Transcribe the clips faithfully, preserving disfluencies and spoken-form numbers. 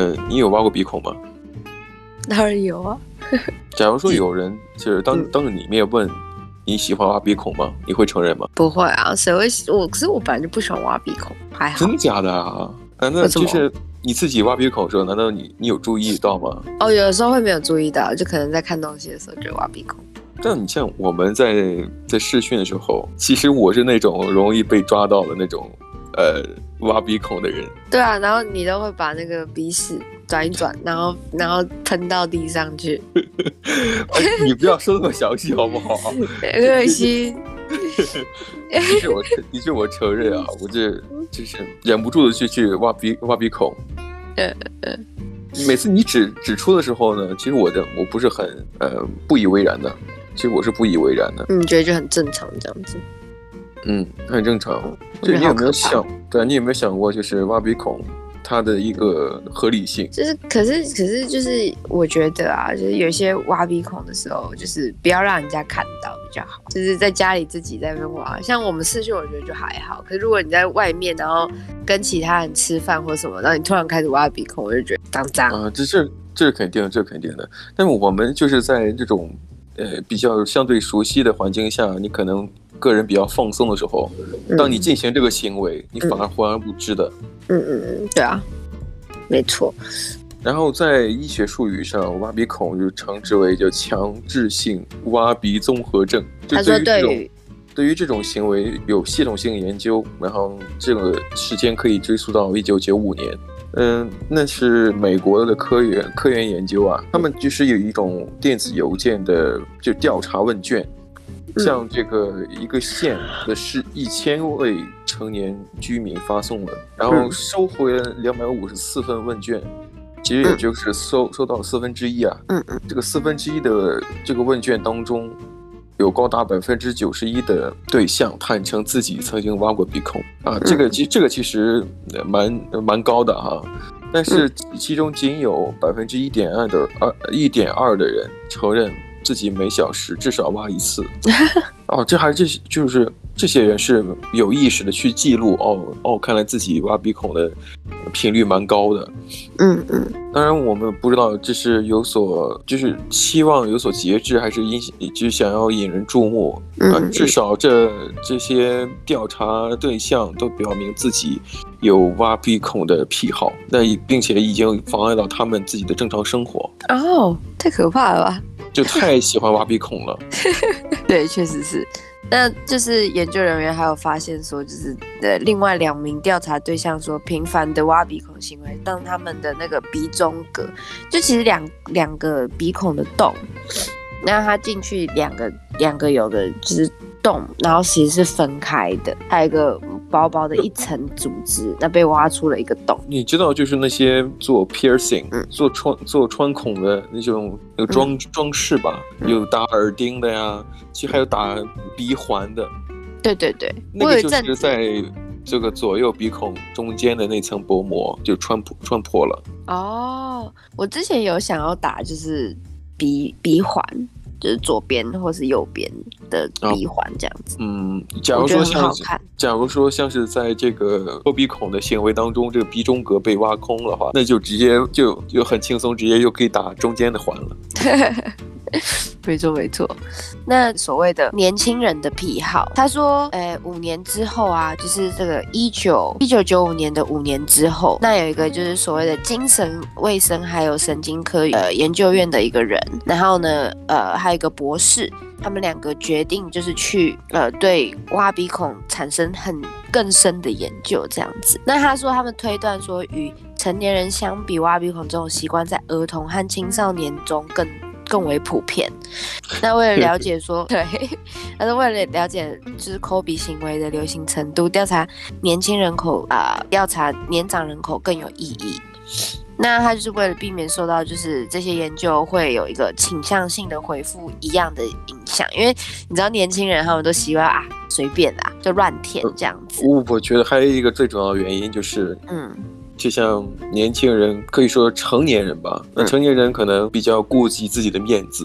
呃，你有挖过鼻孔吗？ 当然有啊。 假如说有人就是当、嗯、当着你面问你喜欢挖鼻孔吗？你会承认吗？ 不会啊，谁会？我可是我本来就不喜欢挖鼻孔，还好。 真的假的啊？难道就是你自己挖鼻孔的时候，难道你你有注意到吗？ 哦，有的时候会没有注意到，就可能在看东西的时候就挖鼻孔。 但你像我们在在视讯的时候，其实我是那种容易被抓到的那种呃挖鼻孔的人。 对啊，然后你都会把那个鼻屎转一转，然后然后喷到地上去。 你不要说那么详细好不好？ 恶心。 的确我的确我承认啊，我这就是忍不住的去去挖鼻挖鼻孔。 呃呃。 每次你指指出的时候呢，其实我的我不是很呃不以为然的，其实我是不以为然的。 你觉得就很正常这样子？ 嗯，很正常。就你有没有想，对，你有没有想过，就是挖鼻孔它的一个合理性？ 就是，可是可是就是我觉得啊，就是有些挖鼻孔的时候，就是不要让人家看到比较好。就是在家里自己在那边挖，像我们视讯，我觉得就还好。可是如果你在外面，然后跟其他人吃饭或什么，然后你突然开始挖鼻孔，我就觉得脏脏。 啊、呃，这是这是肯定的，这是肯定的。但是我们就是在这种呃比较相对熟悉的环境下，你可能个人比较放松的时候，当你进行这个行为，嗯、你反而浑然不知的。 嗯嗯嗯，对啊，没错。 然后在医学术语上，挖鼻孔就称之为叫强制性挖鼻综合症。 他说对于对于这种行为有系统性研究，然后这个时间可以追溯到一九九五年。嗯，那是美国的科研科研研究啊，他们就是有一种电子邮件的就调查问卷，向这个一个县的是一千位成年居民发送了，然后收回了两百五十四份问卷。其实也就是收收到了四分之一啊，嗯嗯，这个四分之一的这个问卷当中，有高达百分之九十一的对象坦诚自己曾经挖过鼻孔啊，这个其这个其实蛮蛮高的哈、啊，但是其中仅有百分之一点二的二一点二的人承认自己每小时至少挖一次，哦，这还是就是这些人是有意识的去记录哦哦，看来自己挖鼻孔的频率蛮高的，嗯嗯。当然我们不知道这是有所就是期望有所节制，还是引就是想要引人注目啊、呃。至少这这些调查对象都表明自己有挖鼻孔的癖好，那并且已经妨碍到他们自己的正常生活。 哦，太可怕了吧！ 就太喜欢挖鼻孔了。 对，确实是。那就是研究人员还有发现说，就是呃，另外两名调查对象说，频繁的挖鼻孔行为让他们的那个鼻中隔，就其实两两个鼻孔的洞，那它进去两个两个有个就是洞，然后其实是分开的，还有一个薄薄的一层组织，那被挖出了一个洞。 你知道，就是那些做 piercing、嗯、做穿做穿孔的那种那个装、嗯、装饰吧，有打耳钉的呀，其实还有打鼻环的。 对对对， 那个就是在这个左右鼻孔中间的那层薄膜就穿穿破了。 哦，我之前有想要打，就是鼻鼻环。就是左边或是右边的鼻环这样子，哦、 嗯，假如说像是，假如说像是在这个抠鼻孔的行为当中，这个鼻中隔被挖空的话，那就直接就就很轻松，直接就可以打中间的环了。 没错没错。那所谓的年轻人的癖好，他说，呃，五年之后啊，就是这个一九一九九五年的五年之后，那有一个就是所谓的精神卫生还有神经科呃研究院的一个人，然后呢，呃，还有一个博士，他们两个决定就是去呃对挖鼻孔产生很更深的研究这样子。那他说他们推断说，与成年人相比，挖鼻孔这种习惯在儿童和青少年中更。更为普遍。那为了了解说，对，他是为了了解就是抠鼻行为的流行程度，调查年轻人口啊，呃，调查年长人口更有意义。那他就是为了避免受到就是这些研究会有一个倾向性的回复一样的影响，因为你知道年轻人他们都习惯啊随便啦就乱填这样子。 我我觉得还有一个最重要的原因就是，嗯。就像年轻人可以说成年人吧，那成年人可能比较顾及自己的面子，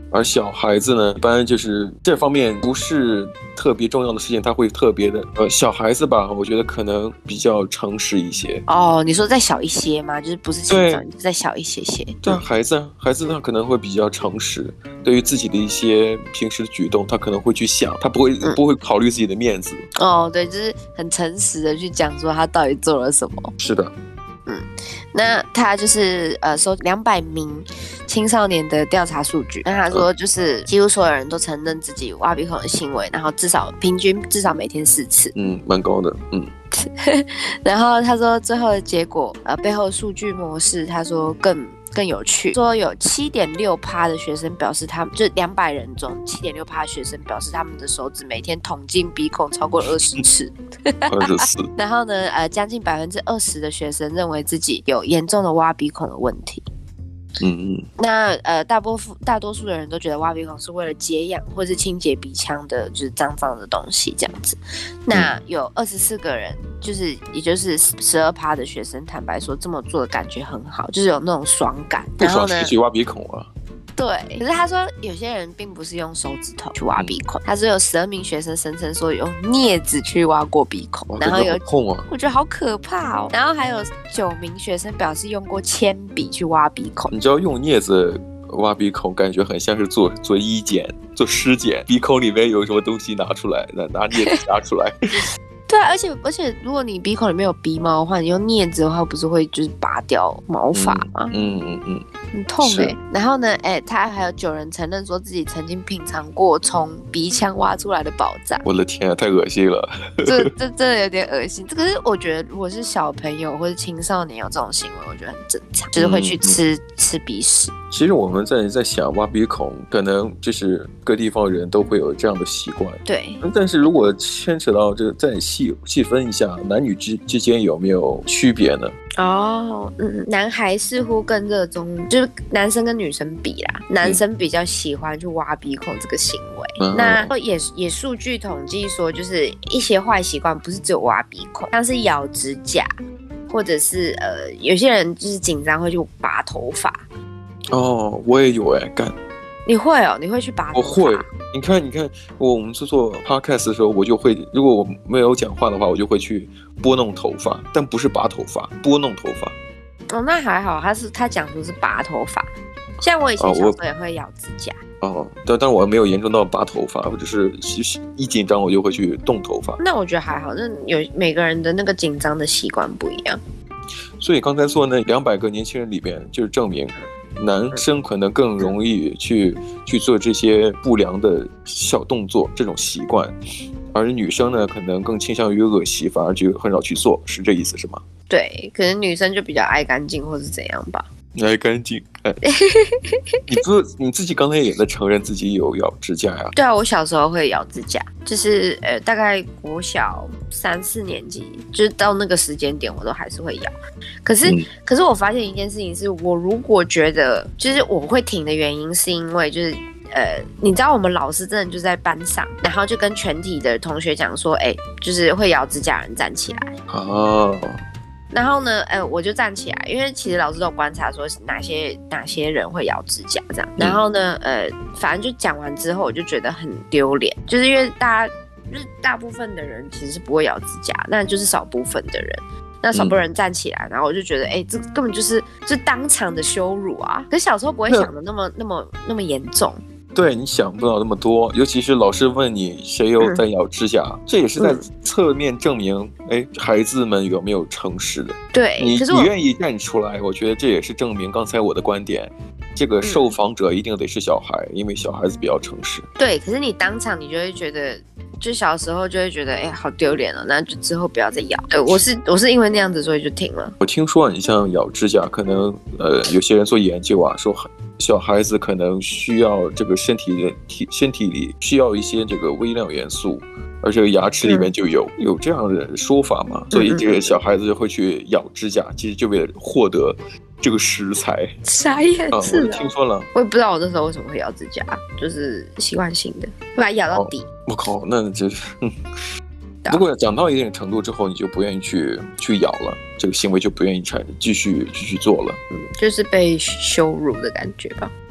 而小孩子呢，一般就是这方面不是特别重要的事情，他会特别的呃，小孩子吧，我觉得可能比较诚实一些。 哦，你说再小一些吗？就是不是青少年，再小一些些。 对啊，孩子孩子他可能会比较诚实，对于自己的一些平时的举动，他可能会去想，他不会、嗯、不会考虑自己的面子。 哦，对，就是很诚实的去讲说他到底做了什么。 是的。 嗯，那他就是呃收两百名青少年的调查数据，那他说就是几乎所有人都承认自己挖鼻孔的行为，然后至少平均至少每天四次， 嗯，蛮高的，嗯。 然后他说最后的结果，呃，背后的数据模式，他说更更有趣，说有 百分之七点六 的学生表示他们，就两百人中 百分之七点六 的学生表示他们的手指每天捅进鼻孔超过二十次。 二十四。然后呢，呃，将近 百分之二十 的学生认为自己有严重的挖鼻孔的问题。 嗯嗯， 那呃，大多数大多数的人都觉得挖鼻孔是为了解痒或是清洁鼻腔的，就是脏脏的东西这样子。那有二十四个人，就是也就是十二趴的学生坦白说这么做的感觉很好，就是有那种爽感。 不爽谁去挖鼻孔啊？ 对，可是他说有些人并不是用手指头去挖鼻孔，他是有十二名学生声称说用镊子去挖过鼻孔，然后有痛啊， 我觉得好可怕哦。然后还有九名学生表示用过铅笔去挖鼻孔。 你知道用镊子挖鼻孔，感觉很像是做做医检、做尸检，鼻孔里面有什么东西拿出来，拿拿镊子拿出来。 对啊，而且而且，如果你鼻孔里面有鼻毛的话，你用镊子的话，不是会就是拔掉毛发吗？ 嗯嗯嗯， 很痛哎、欸。然后呢，哎、欸，他还有九人承认说自己曾经品尝过从鼻腔挖出来的宝藏。 我的天啊，太恶心了！ 这这真的有点恶心。这可是我觉得，如果是小朋友或者青少年有这种行为，我觉得很正常，就是会去吃、嗯、吃鼻屎。 其实我们在在想挖鼻孔，可能就是各地方人都会有这样的习惯。 对。 但是如果牵扯到这个再细细分一下，男女之之间有没有区别呢？ 哦，嗯，男孩似乎更热衷，就是男生跟女生比啦，男生比较喜欢去挖鼻孔这个行为。嗯、那也也数据统计说，就是一些坏习惯不是只有挖鼻孔，像是咬指甲，或者是呃，有些人就是紧张会去拔头发。 哦，我也有哎、欸，干。 你会哦？你会去拔头发？ 我会。你看，你看，我我们是做 podcast 的时候，我就会，如果我没有讲话的话，我就会去拨弄头发，但不是拔头发，拨弄头发。 哦，那还好，他是他讲说是拔头发，像我以前小时候也会咬指甲。 哦，但但我没有严重到拔头发，或者是一紧张我就会去动头发。 那我觉得还好，那有每个人的那个紧张的习惯不一样。 所以刚才说那两百个年轻人里边，就是证明。男生可能更容易去去做这些不良的小动作，这种习惯，而女生呢，可能更倾向于恶习，反而就很少去做，是这意思是吗？ 对，可能女生就比较爱干净，或是怎样吧。 爱干净，哎，你不你自己刚才也在承认自己有咬指甲呀？ 对啊，我小时候会咬指甲，就是呃，大概国小三四年级，就是到那个时间点，我都还是会咬。可是，嗯、可是我发现一件事情是，我如果觉得就是我会停的原因，是因为就是呃，你知道我们老师真的就在班上，然后就跟全体的同学讲说，哎、欸，就是会咬指甲的人站起来。 哦。 然后呢，呃，我就站起来，因为其实老师都有观察说哪些哪些人会咬指甲这样。然后呢，呃，反正就讲完之后，我就觉得很丢脸，就是因为大家就是大部分的人其实是不会咬指甲，那就是少部分的人。那少部分人站起来，然后我就觉得，哎、欸，这根本就是就是当场的羞辱啊！可是小时候不会想的那么那么那么严重。 对，你想不到那么多，尤其是老师问你谁有在咬指甲，嗯、这也是在侧面证明，哎、嗯，孩子们有没有诚实的。 对， 你可是你愿意站出来，我觉得这也是证明刚才我的观点，这个受访者一定得是小孩，嗯、因为小孩子比较诚实。 对，可是你当场你就会觉得，就小时候就会觉得，哎、欸，好丢脸哦，那就之后不要再咬。对，我是我是因为那样子，所以就停了。 我听说你像咬指甲，可能呃有些人做研究啊，说小孩子可能需要这个身体的体身体里需要一些这个微量元素，而这个牙齿里面就有、嗯、有这样的说法嘛，所以这个小孩子会去咬指甲，其实就为了获得这个食材。 啥也是、 啊、我听说了， 我也不知道我那时候为什么会咬指甲，就是习惯性的，会把它咬到底。 我、哦、靠，那就是。如果长到一定程度之后，你就不愿意去去咬了，这个行为就不愿意产继续继续做了， 嗯，就是被羞辱的感觉吧。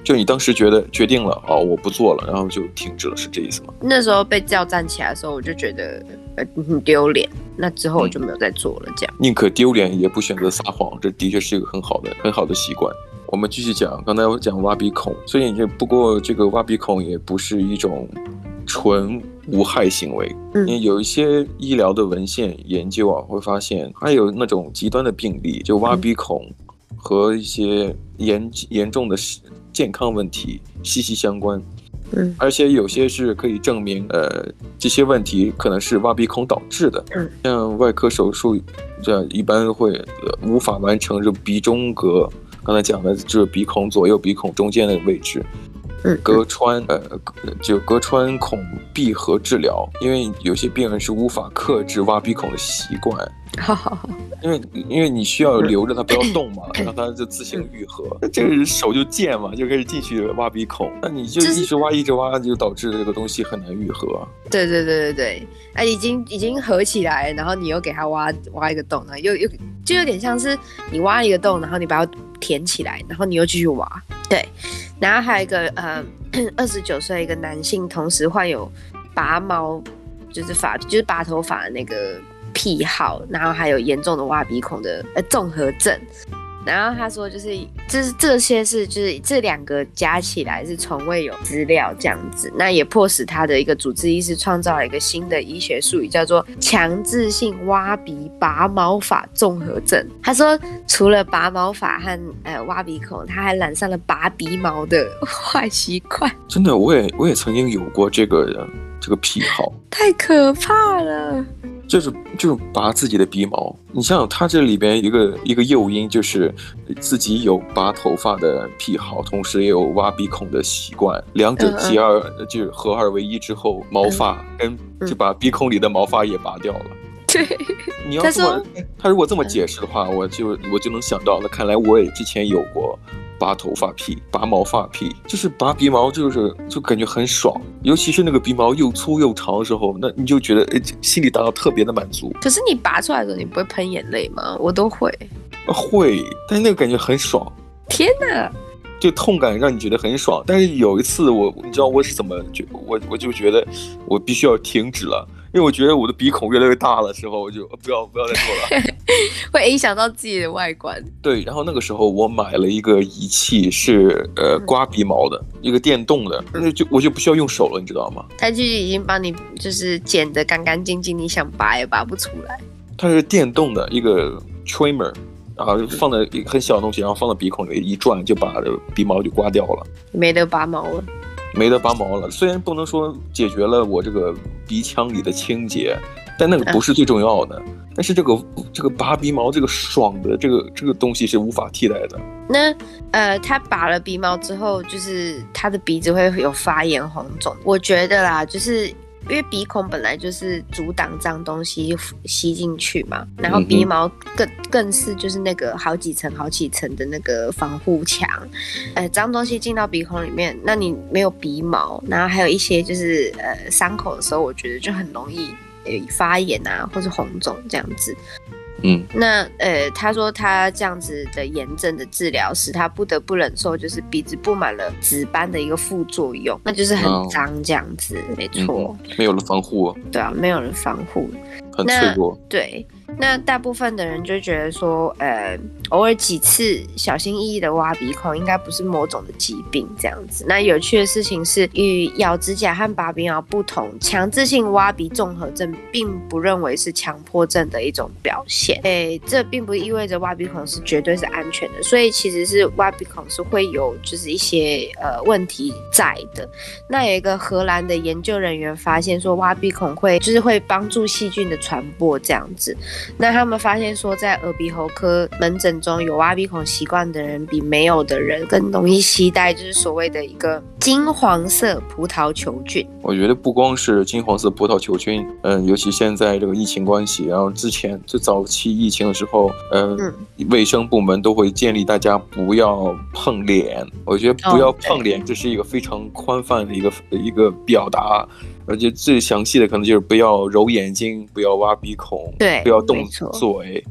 就你当时觉得决定了哦，我不做了，然后就停止了，是这意思吗？ 那时候被叫站起来的时候，我就觉得呃很丢脸，那之后我就没有再做了。这样、 嗯、宁可丢脸也不选择撒谎，这的确是一个很好的很好的习惯。我们继续讲，刚才我讲挖鼻孔，所以不过这个挖鼻孔也不是一种纯无害行为，因为有一些医疗的文献研究啊，会发现还有那种极端的病例，就挖鼻孔和一些严严重的健康问题息息相关。嗯，而且有些是可以证明，呃，这些问题可能是挖鼻孔导致的。嗯，像外科手术，这样一般会、呃、无法完成这鼻中隔，刚才讲的就是鼻孔左右鼻孔中间的位置。嗯，隔穿呃就隔穿孔闭合治疗，因为有些病人是无法克制挖鼻孔的习惯。因为因为你需要留着它不要动嘛，让它就自行愈合。这个手就贱嘛，就开始进去挖鼻孔，那你就一直挖一直挖，就导致这个东西很难愈合。 对对对对对，啊，已经已经合起来，然后你又给它挖挖一个洞，然后又又就有点像是你挖一个洞，然后你把它填起来，然后你又继续挖。对，然后还有一个呃，二十九岁一个男性，同时患有拔毛，就是发就是拔头发的那个癖好，然后还有严重的挖鼻孔的呃综合症。然后他说，就是这这些是就是这两个加起来是从未有资料这样子，那也迫使他的一个主治医师创造了一个新的医学术语，叫做强制性挖鼻拔毛法综合症。他说，除了拔毛法和呃挖鼻孔，他还染上了拔鼻毛的坏习惯。 真的，我也我也曾经有过这个这个癖好， 太可怕了。 就是就是拔自己的鼻毛，你想想，他这里边一个一个诱因就是自己有拔头发的癖好，同时也有挖鼻孔的习惯，两者结二、嗯、就合二为一之后，毛发跟就把鼻孔里的毛发也拔掉了。 对， 你要这么他如果这么解释的话，我就我就能想到，那看来我也之前有过拔头发癖、拔毛发癖，就是拔鼻毛，就是就感觉很爽，尤其是那个鼻毛又粗又长的时候，那你就觉得哎，心里达到特别的满足。 可是你拔出来的时候，你不会喷眼泪吗？我都会。 会，但是那个感觉很爽。 天哪！ 这痛感让你觉得很爽，但是有一次我，你知道我是怎么觉，我我就觉得我必须要停止了，因为我觉得我的鼻孔越来越大了时候，我就不要不要再做了， 会影响到自己的外观。 对，然后那个时候我买了一个仪器，是呃刮鼻毛的，一个电动的，那就我就不需要用手了，你知道吗？ 它就已经帮你就是剪得干干净净，你想拔也拔不出来。 它是电动的一个 trimmer。然后放在一个很小的东西，然后放到鼻孔里一转，就把鼻毛就刮掉了， 没得拔毛了， 没得拔毛了。虽然不能说解决了我这个鼻腔里的清洁，但那个不是最重要的。啊、但是这个这个拔鼻毛这个爽的这个这个东西是无法替代的。 那呃，他拔了鼻毛之后，就是他的鼻子会有发炎红肿。我觉得啦，就是。因为鼻孔本来就是阻挡脏东西吸进去嘛，然后鼻毛更更是就是那个好几层好几层的那个防护墙，呃，脏东西进到鼻孔里面，那你没有鼻毛，然后还有一些就是呃伤口的时候，我觉得就很容易呃发炎啊，或是红肿这样子。嗯，那呃，他说他这样子的炎症的治疗使他不得不忍受就是鼻子布满了紫斑的一个副作用，那就是很脏这样子，哦、没错、 嗯，没有了防护， 对啊，没有人防护， 很脆弱。 对，那大部分的人就觉得说，呃，偶尔几次小心翼翼的挖鼻孔，应该不是某种的疾病这样子。那有趣的事情是，与咬指甲和拔鼻毛不同，强制性挖鼻综合症并不认为是强迫症的一种表现。诶，这并不意味着挖鼻孔是绝对是安全的，所以其实是挖鼻孔是会有就是一些呃问题在的。那有一个荷兰的研究人员发现说，挖鼻孔会就是会帮助细菌的传播这样子。那他们发现说，在耳鼻喉科门诊中，有挖鼻孔习惯的人比没有的人更容易携带就是所谓的一个金黄色葡萄球菌。 我觉得不光是金黄色葡萄球菌，嗯，尤其现在这个疫情关系，然后之前最早期疫情的时候，呃、嗯，卫生部门都会建议大家不要碰脸。我觉得不要碰脸，这是一个非常宽泛的一个一个表达。而且最详细的可能就是不要揉眼睛，不要挖鼻孔， 对， 不要动嘴。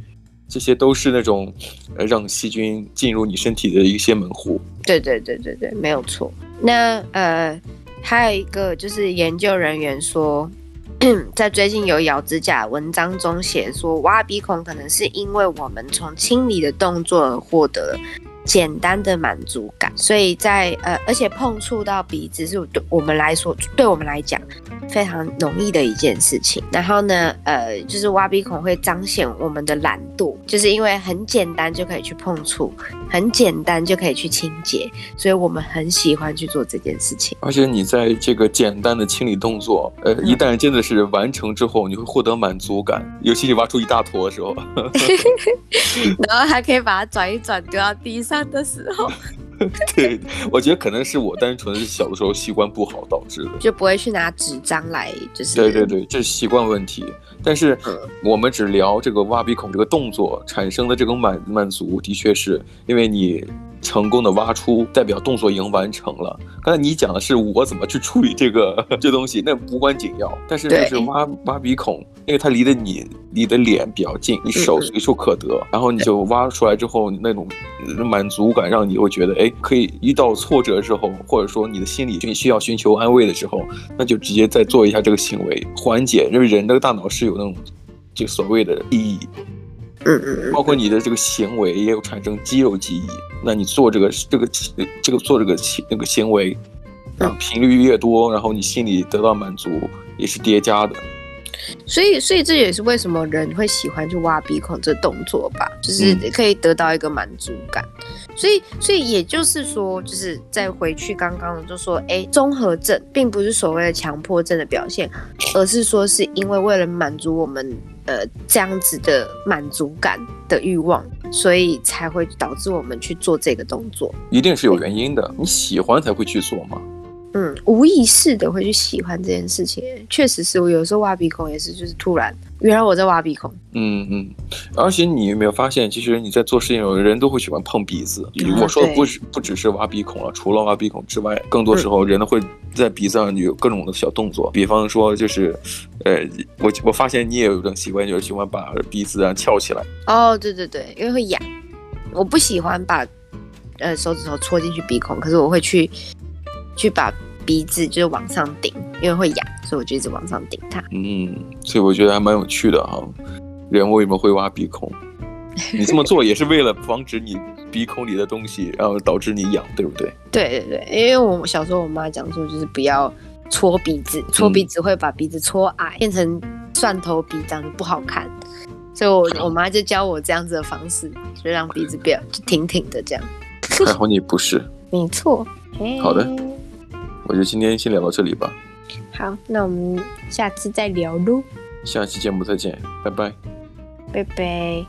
这些都是那种呃让细菌进入你身体的一些门户。 对对对对对，没有错。那呃，还有一个就是研究人员说，在最近有咬指甲文章中写说，挖鼻孔可能是因为我们从清理的动作而获得简单的满足感，所以在呃，而且碰触到鼻子是对我们来说，对我们来讲非常容易的一件事情。然后呢，呃，就是挖鼻孔会彰显我们的懒惰，就是因为很简单就可以去碰触，很简单就可以去清洁，所以我们很喜欢去做这件事情。 而且你在这个简单的清理动作，呃，一旦真的是完成之后，你会获得满足感，尤其你挖出一大坨的时候， 然后还可以把它转一转丢到地上的时候。 对，我觉得可能是我单纯是小的时候习惯不好导致的， 就不会去拿纸张来，就是对对对，这是习惯问题。但是我们只聊这个挖鼻孔这个动作产生的这种满满足，的确是因为你成功的挖出，代表动作已经完成了。刚才你讲的是我怎么去处理这个这东西，那无关紧要。但是就是挖挖鼻孔，因为它离得你离的脸比较近，你手随处可得，嗯、然后你就挖出来之后，那种满足感让你会觉得，哎，可以遇到挫折之后，或者说你的心里需要寻求安慰的时候，那就直接再做一下这个行为，缓解。因为人的大脑是有那种这个所谓的记忆。 嗯嗯， 包括你的这个行为也有产生肌肉记忆，那你做这个这个这个做这个那个行为，啊，频率越多，然后你心里得到满足也是叠加的。 所以，所以这也是为什么人会喜欢去挖鼻孔这动作吧，就是可以得到一个满足感。嗯、所以，所以也就是说，就是再回去刚刚就说，哎，综合症并不是所谓的强迫症的表现，而是说是因为为了满足我们。呃，这样子的满足感的欲望，所以才会导致我们去做这个动作， 一定是有原因的。你喜欢才会去做吗？ 嗯，无意识的会去喜欢这件事情，确实是我有时候挖鼻孔也是，就是突然，原来我在挖鼻孔。 嗯嗯，而且你有没有发现，其实你在做事情，有的人都会喜欢碰鼻子。嗯、我说的不是不只是挖鼻孔了，除了挖鼻孔之外，更多时候人会在鼻子上有各种的小动作，比方说就是，呃，我我发现你也有一种习惯，就是喜欢把鼻子啊翘起来。 哦，对对对，因为会痒，我不喜欢把呃手指头戳进去鼻孔，可是我会去去把鼻子就是往上顶，因为会痒，所以我就一直往上顶它。 嗯，所以我觉得还蛮有趣的哈。人为什么会挖鼻孔？你这么做也是为了防止你鼻孔里的东西，然后导致你痒，对不对？ 对对对，因为我小时候我妈讲说，就是不要戳鼻子，戳鼻子会把鼻子戳矮，嗯、变成蒜头鼻，长得不好看。所以我我妈就教我这样子的方式，就让鼻子变就挺挺的这样。 还好你不是。 没错。 好的，我就今天先聊到这里吧。 好，那我们下次再聊喽。 下期节目再见，拜拜。 拜拜。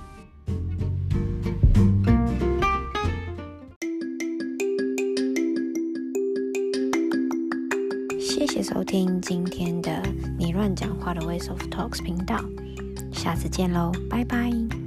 谢谢收听今天的你乱讲话的 Ways of Talks 频道，下次见喽，拜拜。